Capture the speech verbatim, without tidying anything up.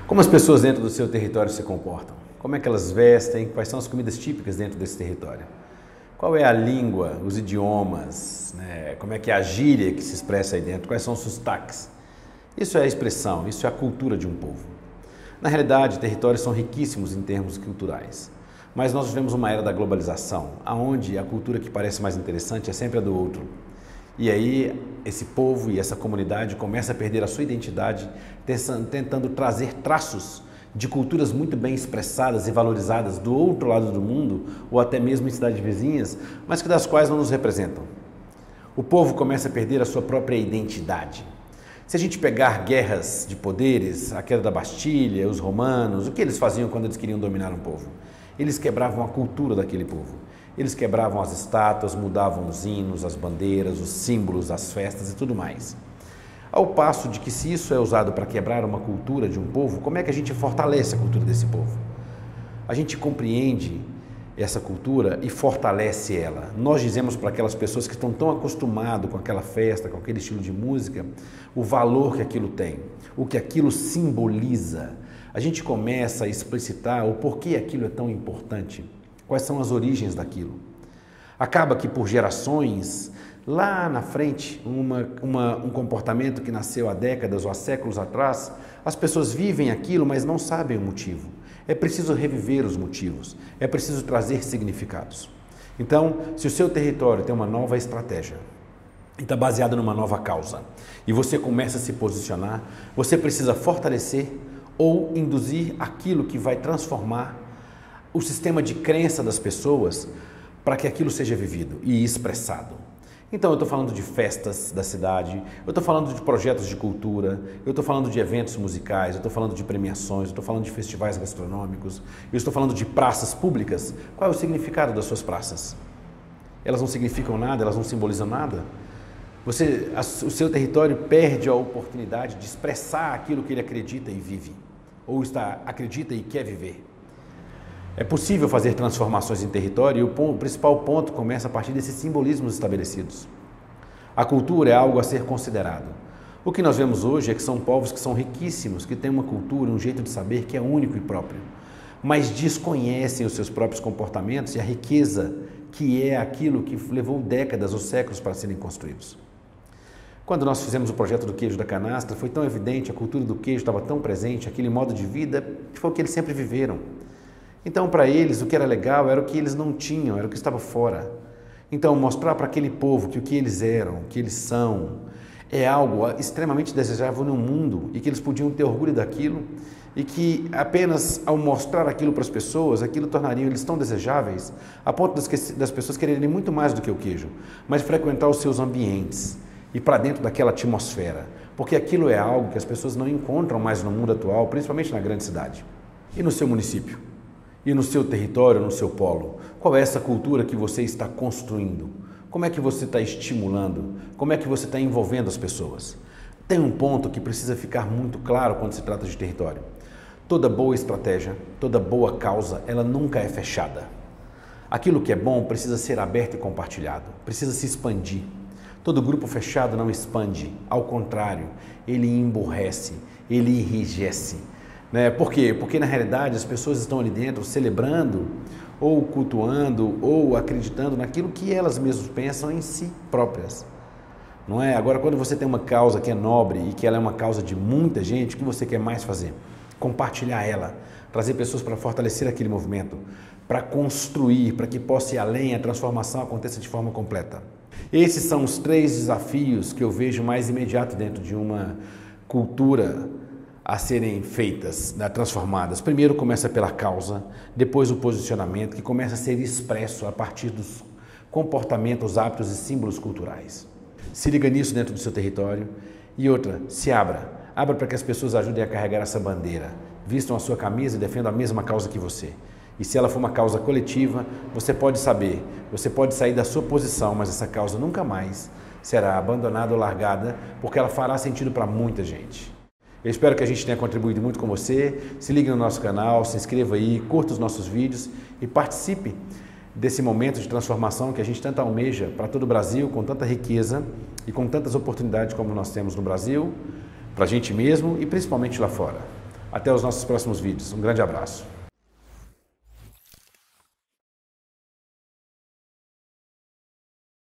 Como as pessoas dentro do seu território se comportam? Como é que elas vestem? Quais são as comidas típicas dentro desse território? Qual é a língua, os idiomas, né? Como é que é a gíria que se expressa aí dentro? Quais são os sotaques? Isso é a expressão, isso é a cultura de um povo. Na realidade, territórios são riquíssimos em termos culturais, mas nós vivemos uma era da globalização, onde a cultura que parece mais interessante é sempre a do outro. E aí esse povo e essa comunidade começa a perder a sua identidade, tentando trazer traços de culturas muito bem expressadas e valorizadas do outro lado do mundo, ou até mesmo em cidades vizinhas, mas que das quais não nos representam. O povo começa a perder a sua própria identidade. Se a gente pegar guerras de poderes, a queda da Bastilha, os romanos, o que eles faziam quando eles queriam dominar um povo? Eles quebravam a cultura daquele povo. Eles quebravam as estátuas, mudavam os hinos, as bandeiras, os símbolos, as festas e tudo mais. Ao passo de que se isso é usado para quebrar uma cultura de um povo, como é que a gente fortalece a cultura desse povo? A gente compreende essa cultura e fortalece ela. Nós dizemos para aquelas pessoas que estão tão acostumadas com aquela festa, com aquele estilo de música, o valor que aquilo tem, o que aquilo simboliza. A gente começa a explicitar o porquê aquilo é tão importante. Quais são as origens daquilo? Acaba que por gerações, lá na frente, uma, uma, um comportamento que nasceu há décadas ou há séculos atrás, as pessoas vivem aquilo, mas não sabem o motivo. É preciso reviver os motivos, é preciso trazer significados. Então, se o seu território tem uma nova estratégia e está baseado numa nova causa, e você começa a se posicionar, você precisa fortalecer ou induzir aquilo que vai transformar o sistema de crença das pessoas para que aquilo seja vivido e expressado. Então eu estou falando de festas da cidade, eu estou falando de projetos de cultura, eu estou falando de eventos musicais, eu estou falando de premiações, eu estou falando de festivais gastronômicos, eu estou falando de praças públicas. Qual é o significado das suas praças? Elas não significam nada, elas não simbolizam nada? Você, a, o seu território perde a oportunidade de expressar aquilo que ele acredita e vive, ou está, acredita e quer viver. É possível fazer transformações em território e o, ponto, o principal ponto começa a partir desses simbolismos estabelecidos. A cultura é algo a ser considerado. O que nós vemos hoje é que são povos que são riquíssimos, que têm uma cultura, um jeito de saber que é único e próprio, mas desconhecem os seus próprios comportamentos e a riqueza que é aquilo que levou décadas ou séculos para serem construídos. Quando nós fizemos o projeto do queijo da canastra, foi tão evidente, a cultura do queijo estava tão presente, aquele modo de vida foi o que eles sempre viveram. Então, para eles, o que era legal era o que eles não tinham, era o que estava fora. Então, mostrar para aquele povo que o que eles eram, o que eles são, é algo extremamente desejável no mundo e que eles podiam ter orgulho daquilo e que apenas ao mostrar aquilo para as pessoas, aquilo tornaria eles tão desejáveis a ponto das, das pessoas quererem muito mais do que o queijo, mas frequentar os seus ambientes e para dentro daquela atmosfera, porque aquilo é algo que as pessoas não encontram mais no mundo atual, principalmente na grande cidade. E no seu município? E no seu território, no seu polo? Qual é essa cultura que você está construindo? Como é que você está estimulando? Como é que você está envolvendo as pessoas? Tem um ponto que precisa ficar muito claro quando se trata de território. Toda boa estratégia, toda boa causa, ela nunca é fechada. Aquilo que é bom precisa ser aberto e compartilhado, precisa se expandir. Todo grupo fechado não expande, ao contrário, ele emburrece, ele enrijece. Né? Por quê? Porque na realidade as pessoas estão ali dentro celebrando ou cultuando ou acreditando naquilo que elas mesmas pensam em si próprias. Não é? Agora, quando você tem uma causa que é nobre e que ela é uma causa de muita gente, o que você quer mais fazer? Compartilhar ela, trazer pessoas para fortalecer aquele movimento, para construir, para que possa ir além, a transformação aconteça de forma completa. Esses são os três desafios que eu vejo mais imediato dentro de uma cultura a serem feitas, né, transformadas. Primeiro começa pela causa, depois o posicionamento, que começa a ser expresso a partir dos comportamentos, hábitos e símbolos culturais. Se liga nisso dentro do seu território. E outra, se abra. Abra para que as pessoas ajudem a carregar essa bandeira. Vistam a sua camisa e defendam a mesma causa que você. E se ela for uma causa coletiva, você pode saber, você pode sair da sua posição, mas essa causa nunca mais será abandonada ou largada, porque ela fará sentido para muita gente. Eu espero que a gente tenha contribuído muito com você. Se ligue no nosso canal, se inscreva aí, curta os nossos vídeos e participe desse momento de transformação que a gente tanto almeja para todo o Brasil, com tanta riqueza e com tantas oportunidades como nós temos no Brasil, para a gente mesmo e principalmente lá fora. Até os nossos próximos vídeos. Um grande abraço.